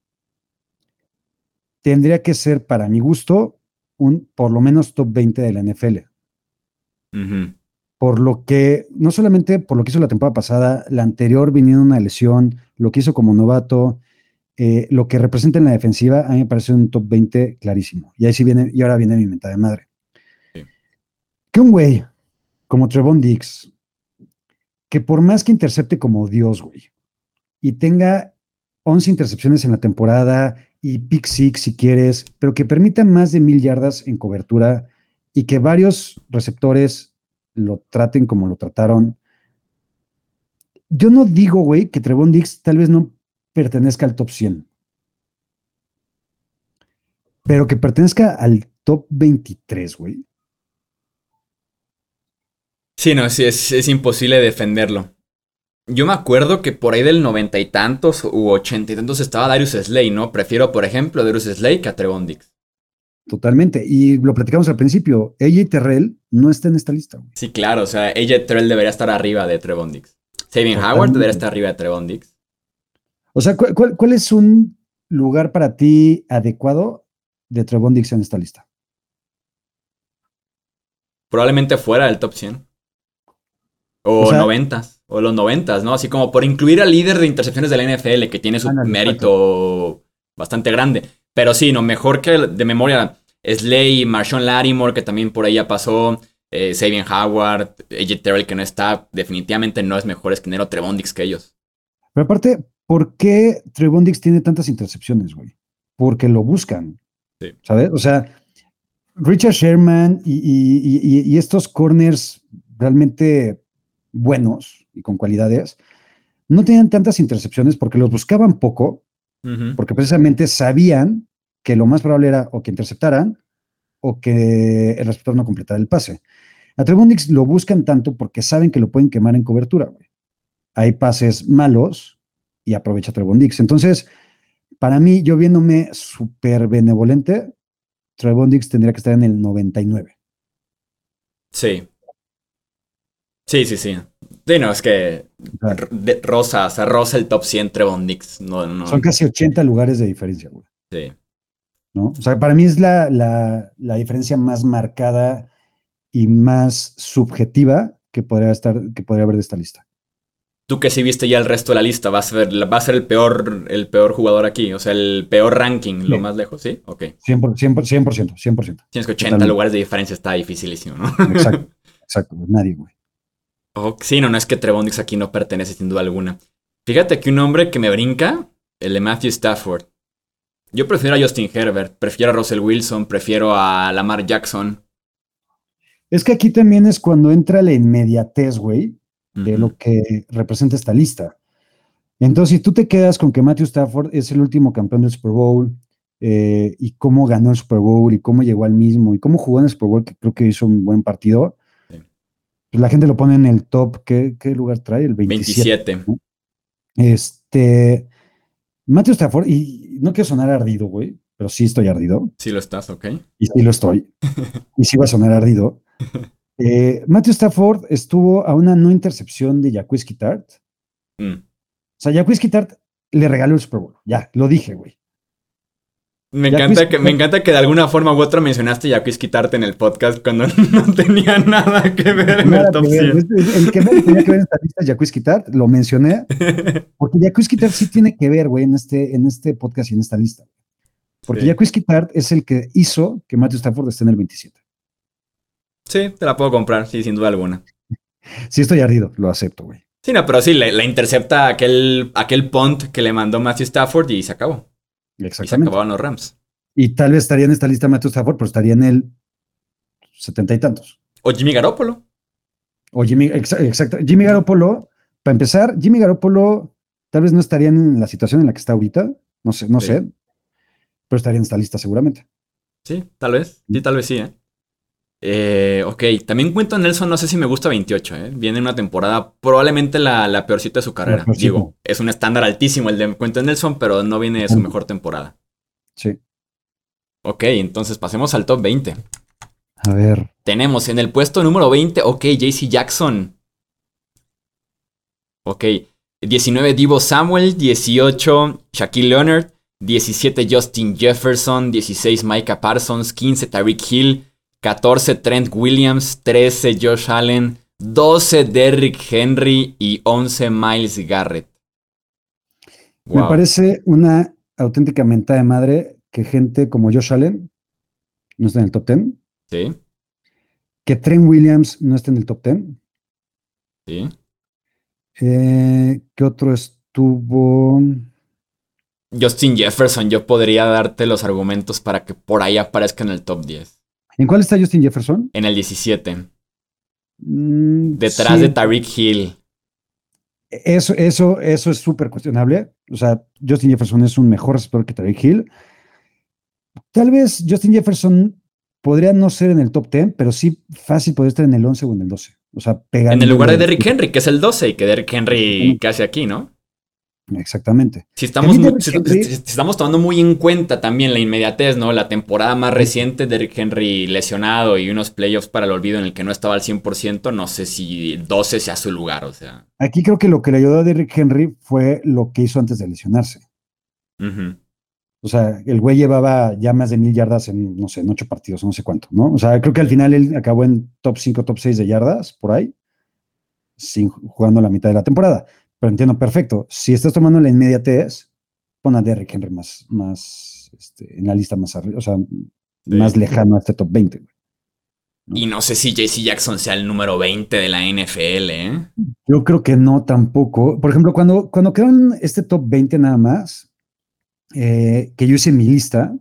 Speaker 3: tendría que ser, para mi gusto, un por lo menos top veinte de la N F L.
Speaker 1: Ujú.
Speaker 3: Por lo que, no solamente por lo que hizo la temporada pasada, la anterior viniendo una lesión, lo que hizo como novato, eh, lo que representa en la defensiva, a mí me parece un top veinte clarísimo. Y ahí sí viene, y ahora viene mi mentada de madre.
Speaker 1: Sí.
Speaker 3: Que un güey como Trevon Diggs, que por más que intercepte como Dios, güey, y tenga once intercepciones en la temporada y pick six si quieres, pero que permita más de mil yardas en cobertura y que varios receptores lo traten como lo trataron. Yo no digo, güey, que Trevon Diggs tal vez no pertenezca al top cien, pero que pertenezca al top veintitrés, güey.
Speaker 1: Sí, no, sí, es, es imposible defenderlo. Yo me acuerdo que por ahí del noventa y tantos u ochenta y tantos estaba Darius Slay, ¿no? Prefiero, por ejemplo, a Darius Slay que a Trevon Diggs.
Speaker 3: Totalmente. Y lo platicamos al principio, A J Terrell no está en esta lista, güey.
Speaker 1: Sí, claro, o sea, A J Terrell debería estar arriba de Trevon Diggs. Xavier Howard
Speaker 3: Totalmente.
Speaker 1: debería estar arriba de Trevon Diggs.
Speaker 3: O sea, ¿cuál, cuál, cuál es un lugar para ti adecuado de Trevon Diggs en esta lista?
Speaker 1: Probablemente fuera del top cien. O,
Speaker 3: O sea-
Speaker 1: noventas. O los noventas, ¿no? Así como por incluir al líder de intercepciones de la N F L, que tiene su
Speaker 3: Ándale,
Speaker 1: mérito bastante grande. Pero sí, no, mejor que de memoria Slay, Marshawn Lattimore, que también por ahí ya pasó. Eh, Xavier Howard, A J Terrell, que no está. Definitivamente no es mejor esquinero Trevon Diggs que ellos.
Speaker 3: Pero aparte, ¿por qué Trevon Diggs tiene tantas intercepciones, güey? Porque lo buscan,
Speaker 1: Sí.
Speaker 3: ¿sabes? O sea, Richard Sherman y, y- y- y estos corners realmente buenos y con cualidades no tenían tantas intercepciones porque los buscaban poco,
Speaker 1: Ujú.
Speaker 3: porque precisamente sabían que lo más probable era o que interceptaran o que el receptor no completara el pase. A Trevon Diggs lo buscan tanto porque saben que lo pueden quemar en cobertura, güey. Hay pases malos y aprovecha Trevon Diggs. Entonces, para mí, yo viéndome súper benevolente, Trevon Diggs tendría que estar en el noventa y nueve.
Speaker 1: Sí. Sí, sí, sí. Sí, no, es que
Speaker 3: Claro.
Speaker 1: de- rosa, o sea, rosa el top cien Trevon Diggs. No, no.
Speaker 3: Son casi ochenta lugares de diferencia, güey.
Speaker 1: Sí.
Speaker 3: ¿No? O sea, para mí es la, la, la diferencia más marcada y más subjetiva que podría estar, que podría haber de esta lista.
Speaker 1: Tú que sí viste ya el resto de la lista, vas a ver, va a ser el peor, el peor jugador aquí, o sea, el peor ranking, lo
Speaker 3: Sí.
Speaker 1: más lejos, ¿sí? Ok.
Speaker 3: cien por ciento, cien por ciento, cien por ciento.
Speaker 1: Tienes que ochenta
Speaker 3: Totalmente.
Speaker 1: lugares de diferencia, está dificilísimo, ¿no?
Speaker 3: Exacto, exacto, güey, nadie, güey.
Speaker 1: Oh, sí, no, no es que Trevon Diggs aquí no pertenece sin duda alguna. Fíjate que un hombre que me brinca, el de Matthew Stafford. Yo prefiero a Justin Herbert, prefiero a Russell Wilson, prefiero a Lamar Jackson.
Speaker 3: Es que aquí también es cuando entra la inmediatez, güey, de
Speaker 1: Ujú.
Speaker 3: lo que representa esta lista. Entonces, si tú te quedas con que Matthew Stafford es el último campeón del Super Bowl, eh, y cómo ganó el Super Bowl, y cómo llegó al mismo, y cómo jugó en el Super Bowl, que creo que hizo un buen partido,
Speaker 1: Sí.
Speaker 3: pues la gente lo pone en el top. ¿Qué, qué lugar trae? El veintisiete.
Speaker 1: veintisiete.
Speaker 3: ¿No? Este, Matthew Stafford, y no quiero sonar ardido, güey, pero sí estoy ardido,
Speaker 1: Sí lo estás, ok.
Speaker 3: y sí lo estoy, y sí va a sonar ardido. Eh, Matthew Stafford estuvo a una no intercepción de Jaquiski Tartt.
Speaker 1: Mm.
Speaker 3: O sea, Jaquiski Tartt le regaló el Super Bowl. Ya, lo dije, güey.
Speaker 1: Me
Speaker 3: Jacques
Speaker 1: encanta, que, me
Speaker 3: Tartt-
Speaker 1: encanta que de alguna forma u otra mencionaste a Quis quitarte en el podcast cuando no tenía nada que ver en
Speaker 3: Nada
Speaker 1: el top
Speaker 3: que ver,
Speaker 1: cien.
Speaker 3: güey. El que menos tenía que ver en esta lista es Jaquiski Tartt, lo mencioné, porque Jaquiski Tartt sí tiene que ver, güey, en este, en este podcast y en esta lista. Porque
Speaker 1: Sí.
Speaker 3: Jaquiski Tartt es el que hizo que Matthew Stafford esté en el veintisiete.
Speaker 1: Sí, te la puedo comprar, sí, sin duda alguna.
Speaker 3: Sí estoy ardido, lo acepto, güey.
Speaker 1: Sí, no, pero sí, le, le intercepta aquel, aquel punt que le mandó Matthew Stafford y se acabó. Y se
Speaker 3: Exactamente.
Speaker 1: acababan los Rams.
Speaker 3: Y tal vez estaría en esta lista Matthew Stafford, pero estaría en el setenta y tantos.
Speaker 1: O Jimmy Garoppolo.
Speaker 3: O Jimmy, exa- exacto. Jimmy Garoppolo, para empezar, Jimmy Garoppolo tal vez no estaría en la situación en la que está ahorita, no sé, no
Speaker 1: Sí.
Speaker 3: sé, pero estaría en esta lista seguramente.
Speaker 1: Sí, tal vez. Sí, tal vez sí, ¿eh? Eh, ok, también Quentin Nelson, no sé si me gusta veintiocho, ¿eh? Viene una temporada probablemente la, la peorcita de su carrera.
Speaker 3: peorcita.
Speaker 1: Digo, es un estándar altísimo el de Quentin Nelson, pero no viene de su
Speaker 3: Ujú.
Speaker 1: mejor temporada.
Speaker 3: Sí.
Speaker 1: Ok, entonces pasemos al top veinte.
Speaker 3: A ver,
Speaker 1: Tenemos en el puesto número veinte, ok, J C Jackson. Ok, diecinueve Deebo Samuel, dieciocho Shaquille Leonard, diecisiete Justin Jefferson, dieciséis Micah Parsons, quince Tyreek Hill, catorce Trent Williams, trece Josh Allen, doce Derrick Henry y once Myles Garrett.
Speaker 3: me
Speaker 1: Wow.
Speaker 3: parece una auténtica mentada de madre que gente como Josh Allen no esté en el top diez,
Speaker 1: Sí,
Speaker 3: que Trent Williams no esté en el top diez.
Speaker 1: sí.
Speaker 3: Eh, ¿qué otro estuvo?
Speaker 1: Justin Jefferson, yo podría darte los argumentos para que por ahí aparezca en el top diez.
Speaker 3: ¿En cuál está Justin Jefferson?
Speaker 1: En el diecisiete.
Speaker 3: Mm,
Speaker 1: Detrás
Speaker 3: sí,
Speaker 1: de Tyreek Hill.
Speaker 3: Eso, eso, eso es súper cuestionable. O sea, Justin Jefferson es un mejor receptor que Tyreek Hill. Tal vez Justin Jefferson podría no ser en el top diez, pero sí fácil podría estar en el once o en el doce. O sea, pegando.
Speaker 1: En el lugar de Derrick Henry, que es el doce, y que Derrick Henry ¿qué hace aquí, no?
Speaker 3: Exactamente.
Speaker 1: Si estamos,
Speaker 3: A mí
Speaker 1: mu-
Speaker 3: Derrick
Speaker 1: si,
Speaker 3: Henry-
Speaker 1: si- si estamos tomando muy en cuenta también la inmediatez, ¿no? La temporada más reciente, Derrick Henry lesionado y unos playoffs para el olvido en el que no estaba al cien por ciento, no sé si doce sea su lugar, o sea.
Speaker 3: Aquí creo que lo que le ayudó a Derrick Henry fue lo que hizo antes de lesionarse.
Speaker 1: Ujú.
Speaker 3: O sea, el güey llevaba ya más de mil yardas en, no sé, en ocho partidos, no sé cuánto, ¿no? O sea, creo que al final él acabó en top cinco, top seis de yardas, por ahí, sin, jugando la mitad de la temporada. Pero entiendo perfecto. Si estás tomando la inmediatez, pon a Derrick Henry más, más este, en la lista más arriba, o sea, más lejano a este top veinte. Güey. ¿No?
Speaker 1: Y no sé si J C Jackson sea el número veinte de la N F L, ¿eh?
Speaker 3: Yo creo que no tampoco. Por ejemplo, cuando, cuando quedó en este top veinte nada más, eh, que yo hice en mi lista,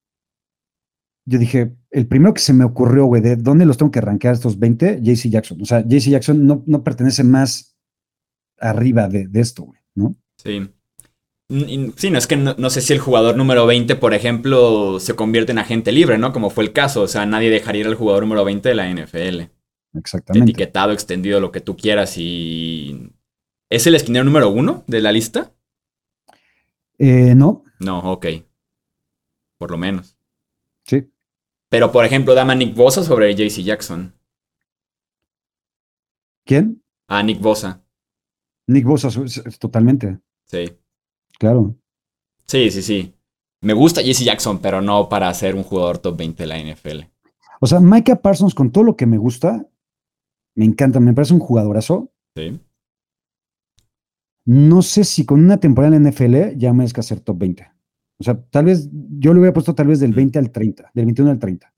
Speaker 3: yo dije, el primero que se me ocurrió, güey, de dónde los tengo que arrancar estos veinte, J C Jackson. O sea, J C Jackson no, no pertenece más arriba de, de esto, güey, ¿no?
Speaker 1: Sí. Y- Sí, no es que no, no sé si el jugador número veinte, por ejemplo, se convierte en agente libre, ¿no? Como fue el caso. O sea, nadie dejaría ir al jugador número veinte de la N F L.
Speaker 3: Exactamente.
Speaker 1: Etiquetado, extendido, lo que tú quieras. Y. ¿Es el esquinero número uno de la lista?
Speaker 3: Eh, no,
Speaker 1: No, ok. Por lo menos.
Speaker 3: sí.
Speaker 1: Pero, por ejemplo, dame a Nick Bosa sobre J C Jackson.
Speaker 3: ¿Quién?
Speaker 1: A Nick Bosa.
Speaker 3: Nick Bosa, su- s- totalmente,
Speaker 1: Sí.
Speaker 3: claro.
Speaker 1: Sí, sí, sí. Me gusta J C Jackson, pero no para ser un jugador top veinte de la N F L.
Speaker 3: O sea, Micah Parsons, con todo lo que me gusta, me encanta, me parece un jugadorazo.
Speaker 1: Sí.
Speaker 3: No sé si con una temporada en la N F L ya merezca ser top veinte. O sea, tal vez, yo lo hubiera puesto tal vez del veinte al treinta, del veintiuno al treinta.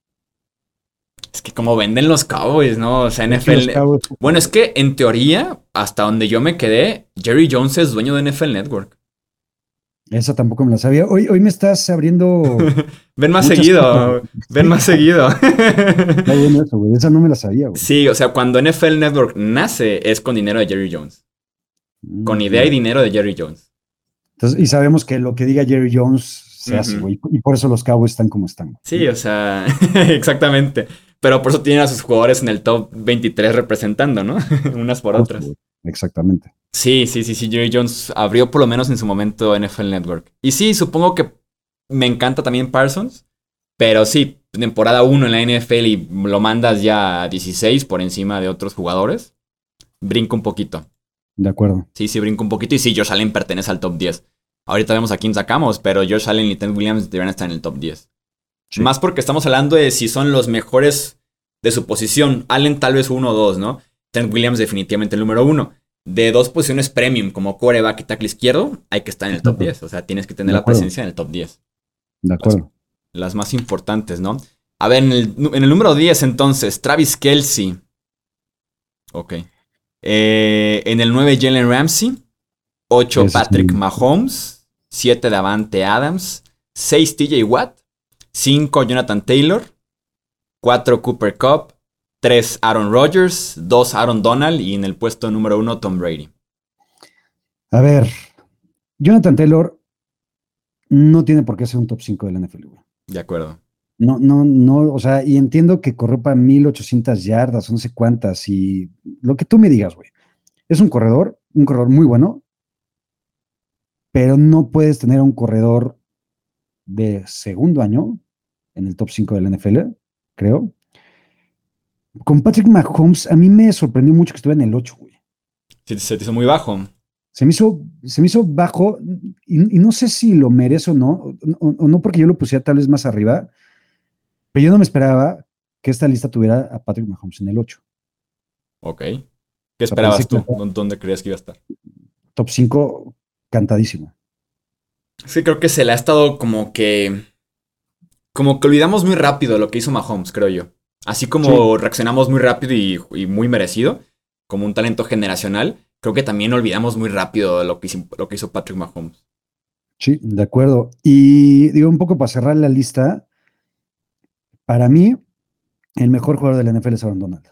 Speaker 1: Es que como venden los Cowboys, ¿no? O sea,
Speaker 3: Es que los
Speaker 1: N F L.
Speaker 3: Cowboys-
Speaker 1: Bueno, es que en teoría, hasta donde yo me quedé, Jerry Jones es dueño de N F L Network.
Speaker 3: Esa tampoco me la sabía. Hoy, hoy me estás abriendo
Speaker 1: Ven más
Speaker 3: muchas
Speaker 1: seguido.
Speaker 3: cosas.
Speaker 1: Ven más seguido.
Speaker 3: Está bueno eso, güey. Esa no me la sabía, güey.
Speaker 1: Sí, o sea, cuando N F L Network nace es con dinero de Jerry Jones. Con
Speaker 3: Mm,
Speaker 1: idea y dinero de Jerry Jones.
Speaker 3: Entonces, y sabemos que lo que diga Jerry Jones se hace,
Speaker 1: Ujú.
Speaker 3: güey. Y por eso los Cowboys están como están.
Speaker 1: Sí, o sea, exactamente. Pero por eso tienen a sus jugadores en el top veintitrés representando, ¿no? Unas por
Speaker 3: Justo,
Speaker 1: otras.
Speaker 3: güey. Exactamente.
Speaker 1: Sí, sí, sí, sí. Jerry Jones abrió por lo menos en su momento N F L Network. Y sí, supongo que me encanta también Parsons. Pero sí, temporada uno en la N F L y lo mandas ya a dieciséis por encima de otros jugadores. Brinca un poquito.
Speaker 3: De acuerdo.
Speaker 1: Sí, sí, brinca un poquito. Y sí, Josh Allen pertenece al top diez. Ahorita vemos a quién sacamos, pero Josh Allen y Trent Williams deberían estar en el top diez.
Speaker 3: Sí.
Speaker 1: Más porque estamos hablando de si son los mejores de su posición. Allen tal vez uno o dos, ¿no? Trent Williams definitivamente el número uno. De dos posiciones premium como quarterback y tackle izquierdo, hay que estar en el top diez. O sea, tienes que tener
Speaker 3: De
Speaker 1: la
Speaker 3: acuerdo.
Speaker 1: presencia en el top diez.
Speaker 3: De acuerdo.
Speaker 1: Las más importantes, ¿no? A ver, en el, en el número diez entonces, Travis Kelce. Ok. Eh, en el nueve, Jalen Ramsey. ocho,
Speaker 3: Ese
Speaker 1: Patrick
Speaker 3: sí.
Speaker 1: Mahomes. siete, Davante Adams. seis, T J Watt. cinco, Jonathan Taylor. cuatro, Cooper Kupp. tres, Aaron Rodgers. dos, Aaron Donald. Y en el puesto número uno, Tom Brady.
Speaker 3: A ver, Jonathan Taylor no tiene por qué ser un top cinco de la N F L, güey.
Speaker 1: De acuerdo.
Speaker 3: No, no, no, o sea, y entiendo que corrió para mil ochocientas yardas, no sé cuántas, y lo que tú me digas, güey. Es un corredor, un corredor muy bueno, pero no puedes tener un corredor de segundo año en el top cinco de la N F L, creo. Con Patrick Mahomes, a mí me sorprendió mucho que estuviera en el ocho, güey.
Speaker 1: Sí, se te hizo muy bajo.
Speaker 3: Se me hizo, se me hizo bajo, y, y no sé si lo merece o no, o, o- o no porque yo lo pusiera tal vez más arriba, pero yo no me esperaba que esta lista tuviera a Patrick Mahomes en el ocho.
Speaker 1: Ok. ¿Qué
Speaker 3: O sea,
Speaker 1: esperabas
Speaker 3: pensé que
Speaker 1: tú?
Speaker 3: era
Speaker 1: ¿Dó- ¿Dónde creías que iba a estar?
Speaker 3: top cinco cantadísimo.
Speaker 1: Sí, creo que se le ha estado como que. Como que olvidamos muy rápido lo que hizo Mahomes, creo yo. Así como reaccionamos muy rápido y, y muy merecido, como un talento generacional, creo que también olvidamos muy rápido lo que hizo, lo que hizo Patrick Mahomes.
Speaker 3: Sí, de acuerdo. Y digo, un poco para cerrar la lista, para mí, el mejor jugador de la N F L es Aaron Donald.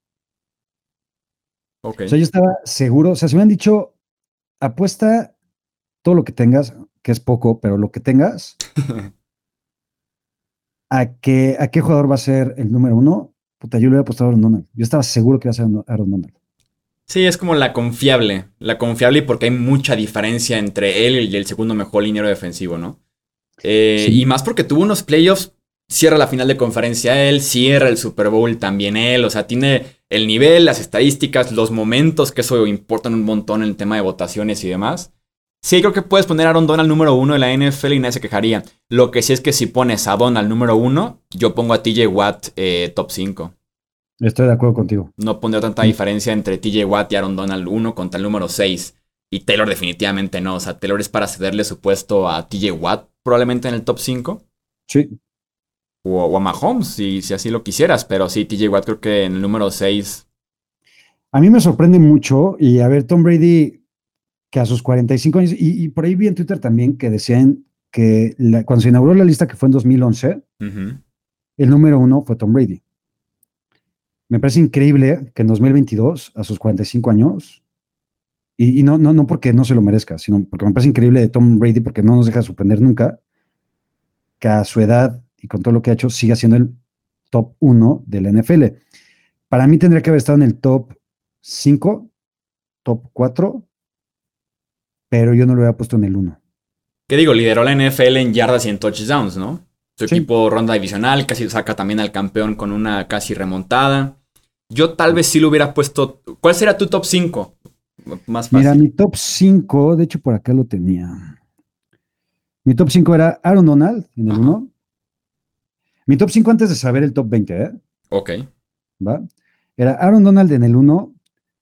Speaker 1: Ok.
Speaker 3: O sea, yo estaba seguro, o sea, si me han dicho, apuesta todo lo que tengas, que es poco, pero lo que tengas, a, que, a qué jugador va a ser el número uno, puta, yo le hubiera apostado a Aaron Donald. Yo estaba seguro que iba a ser Aaron Donald.
Speaker 1: Sí, es como la confiable. La confiable porque hay mucha diferencia entre él y el segundo mejor liniero defensivo, ¿no? Eh,
Speaker 3: Sí.
Speaker 1: Y más porque tuvo unos playoffs, cierra la final de conferencia él, cierra el Super Bowl también él, o sea, tiene el nivel, las estadísticas, los momentos, que eso importan un montón en el tema de votaciones y demás. Sí, creo que puedes poner a Aaron Donald número uno de la N F L y nadie se quejaría. Lo que sí es que si pones a Donald número uno, yo pongo a T J Watt eh, top cinco.
Speaker 3: Estoy de acuerdo contigo.
Speaker 1: No pondría tanta diferencia entre T J Watt y Aaron Donald uno contra el número seis. Y Taylor definitivamente no. O sea, Taylor es para cederle su puesto a T J Watt, probablemente en el top cinco.
Speaker 3: Sí.
Speaker 1: O, o a Mahomes, si, si así lo quisieras. Pero sí, T J Watt creo que en el número seis.
Speaker 3: A mí me sorprende mucho, y a ver, Tom Brady, que a sus cuarenta y cinco años, y, y por ahí vi en Twitter también que decían que la- cuando se inauguró la lista, que fue en dos mil once,
Speaker 1: Uh-huh.
Speaker 3: el número uno fue Tom Brady. Me parece increíble que en dos mil veintidós, a sus cuarenta y cinco años, Y, y no, no, no porque no se lo merezca, sino porque me parece increíble de Tom Brady, porque no nos deja sorprender nunca, que a su edad y con todo lo que ha hecho, siga siendo el top uno de la N F L. Para mí tendría que haber estado en el top cinco, top cuatro, pero yo no lo había puesto en el uno.
Speaker 1: ¿Qué digo? Lideró la N F L en yardas y en touchdowns, ¿no? Su
Speaker 3: Sí.
Speaker 1: equipo ronda divisional, casi saca también al campeón con una casi remontada. Yo tal vez sí lo hubiera puesto... ¿Cuál será tu top cinco? Más fácil.
Speaker 3: Mira, mi top cinco, de hecho por acá lo tenía. Mi top cinco era Aaron Donald en el
Speaker 1: Ajá.
Speaker 3: uno. Mi top cinco antes de saber el top veinte, ¿eh?
Speaker 1: Ok.
Speaker 3: ¿Va? Era Aaron Donald en el uno,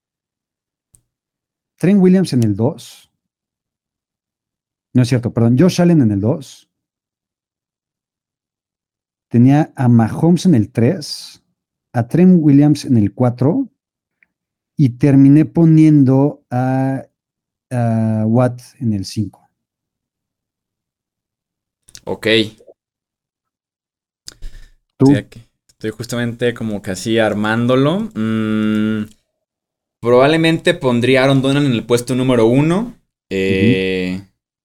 Speaker 3: Trent Williams en el dos. No es cierto, perdón, Josh Allen en el dos. Tenía a Mahomes en el tres, a Trent Williams en el cuatro y terminé poniendo a, a Watt en el cinco.
Speaker 1: Ok.
Speaker 3: ¿Tú?
Speaker 1: Estoy, aquí. Estoy justamente como que así armándolo. Mm, probablemente pondría a Aaron Donald en el puesto número uno. Eh,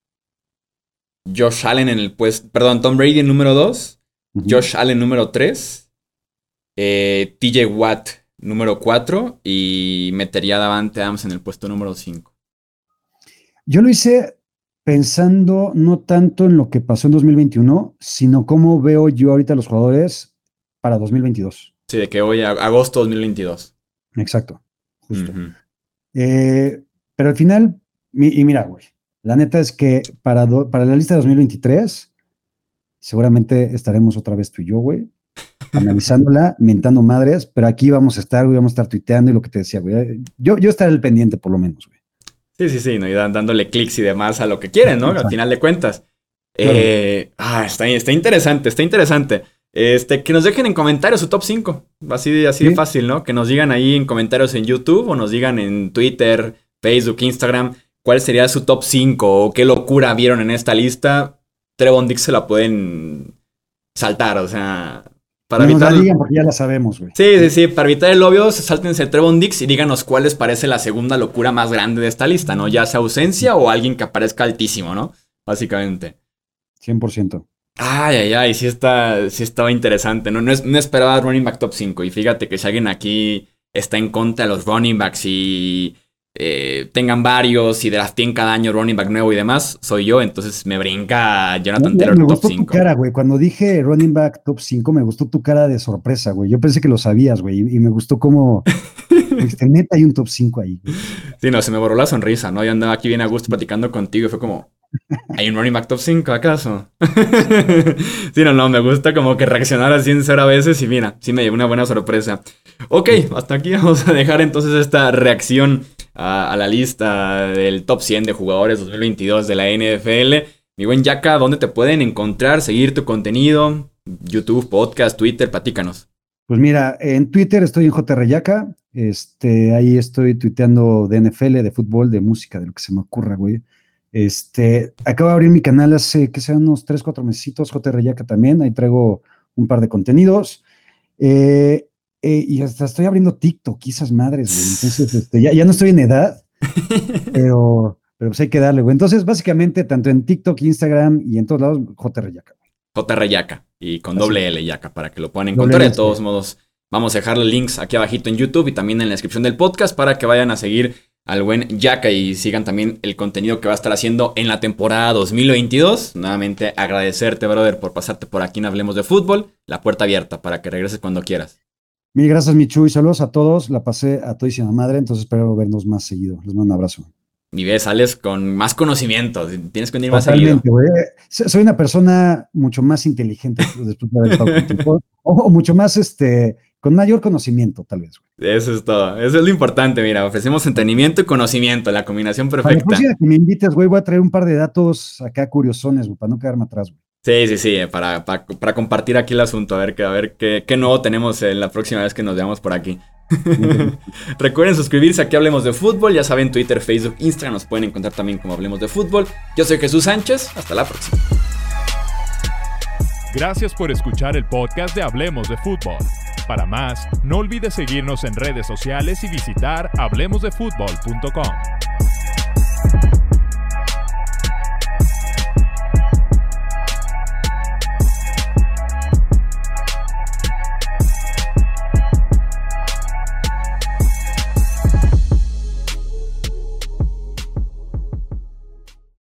Speaker 1: Josh Allen en el puesto... Perdón, Tom Brady en número dos.
Speaker 3: Ujú.
Speaker 1: Josh Allen número tres. Eh, T J Watt número cuatro. Y metería a Davante Adams en el puesto número cinco.
Speaker 3: Yo lo hice pensando no tanto en lo que pasó en dos mil veintiuno, sino cómo veo yo ahorita a los jugadores para dos mil veintidós.
Speaker 1: Sí, de que hoy, a- agosto dos mil veintidós.
Speaker 3: Exacto, justo.
Speaker 1: Ujú.
Speaker 3: Eh, pero al final, mi- y mira, güey, la neta es que para, do- para la lista de dos mil veintitrés, seguramente estaremos otra vez tú y yo, güey, analizándola, mentando madres, pero aquí vamos a estar, güey, vamos a estar tuiteando y lo que te decía, güey. Yo, yo estaré al pendiente, por lo menos, güey.
Speaker 1: Sí, sí, sí, ¿no? Y dan- dándole clics y demás a lo que quieren, ¿no? Al
Speaker 3: Exacto.
Speaker 1: final de cuentas.
Speaker 3: Claro.
Speaker 1: Eh, ah, está, está interesante, está interesante. Este, que nos dejen en comentarios su top cinco. Así, de- así de
Speaker 3: Sí.
Speaker 1: fácil, ¿no? Que nos digan ahí en comentarios en YouTube o nos digan en Twitter, Facebook, Instagram, cuál sería su top cinco o qué locura vieron en esta lista. Trevon Diggs se la pueden saltar, o sea, para
Speaker 3: No nos la
Speaker 1: evitar...
Speaker 3: digan porque ya la sabemos, güey.
Speaker 1: Sí, sí, sí, para evitar el obvio, sáltense Trevon Diggs y díganos cuál les parece la segunda locura más grande de esta lista, ¿no? Ya sea ausencia o alguien que aparezca altísimo, ¿no? Básicamente.
Speaker 3: cien por ciento.
Speaker 1: Ay, ay, ay, sí, está, sí estaba interesante, ¿no? No, es- no esperaba running back top cinco y fíjate que si alguien aquí está en contra de los running backs y eh, tengan varios y drafteen cada año running back nuevo y demás, soy yo, entonces me brinca Jonathan
Speaker 3: Me,
Speaker 1: Taylor
Speaker 3: me
Speaker 1: top
Speaker 3: gustó tu
Speaker 1: cinco.
Speaker 3: cara, güey. Cuando dije running back top cinco, me gustó tu cara de sorpresa, güey. Yo pensé que lo sabías, güey. Y me gustó cómo. Este, neta, hay un top cinco ahí, güey.
Speaker 1: Sí, no, se me borró la sonrisa, ¿no? Yo andaba aquí bien a gusto platicando contigo y fue como, ¿hay un running back top cinco acaso? Sí, no, no, me gusta como que reaccionar así en cero a veces y mira, sí me llevó una buena sorpresa. Ok, hasta aquí vamos a dejar entonces esta reacción a, a la lista del top cien de jugadores dos mil veintidós de la N F L. Mi buen Yaka, ¿dónde te pueden encontrar, seguir tu contenido? YouTube, podcast, Twitter, platícanos.
Speaker 3: Pues mira, en Twitter estoy en J R Yaka. Este, ahí estoy tuiteando de N F L, de fútbol, de música, de lo que se me ocurra, güey. Este, acabo de abrir mi canal hace, que sean unos tres, cuatro mesecitos, J R Yaka también. Ahí traigo un par de contenidos. Eh, eh, y hasta estoy abriendo TikTok, y esas madres, güey. Entonces, este, ya, ya no estoy en edad, pero, pero pues hay que darle, güey. Entonces, básicamente, tanto en TikTok, Instagram y en todos lados, J R Yaka.
Speaker 1: J R Yaka y con
Speaker 3: Así.
Speaker 1: doble L Yaka para que lo puedan
Speaker 3: Doble
Speaker 1: encontrar.
Speaker 3: L,
Speaker 1: De todos
Speaker 3: sí.
Speaker 1: modos, vamos a dejarle links aquí abajito en YouTube y también en la descripción del podcast para que vayan a seguir al buen Yaka y sigan también el contenido que va a estar haciendo en la temporada dos mil veintidós. Nuevamente agradecerte, brother, por pasarte por aquí en Hablemos de Fútbol. La puerta abierta para que regreses cuando quieras.
Speaker 3: Mil gracias, Michu, y saludos a todos. La pasé a todísima madre, entonces espero vernos más seguido. Les mando un abrazo.
Speaker 1: Y ves, sales con más conocimiento. Tienes que venir más seguido.
Speaker 3: Totalmente, güey. So- Soy una persona mucho más inteligente después de haber estado contigo. O, o mucho más, este, con mayor conocimiento, tal vez, güey.
Speaker 1: Eso es todo. Eso es lo importante. Mira, ofrecemos entretenimiento y conocimiento. La combinación
Speaker 3: Para la
Speaker 1: perfecta.
Speaker 3: próxima que me invites, güey, voy a traer un par de datos acá curiosones, güey, para no quedarme atrás, güey.
Speaker 1: Sí, sí, sí, para, para, para compartir aquí el asunto, a ver, qué- a ver qué, qué nuevo tenemos en la próxima vez que nos veamos por aquí. Recuerden suscribirse aquí a Hablemos de Fútbol, ya saben, Twitter, Facebook, Instagram, nos pueden encontrar también como Hablemos de Fútbol. Yo soy Jesús Sánchez, hasta la próxima.
Speaker 2: Gracias por escuchar el podcast de Hablemos de Fútbol. Para más, no olvides seguirnos en redes sociales y visitar hablemos de fútbol punto com. Podcast.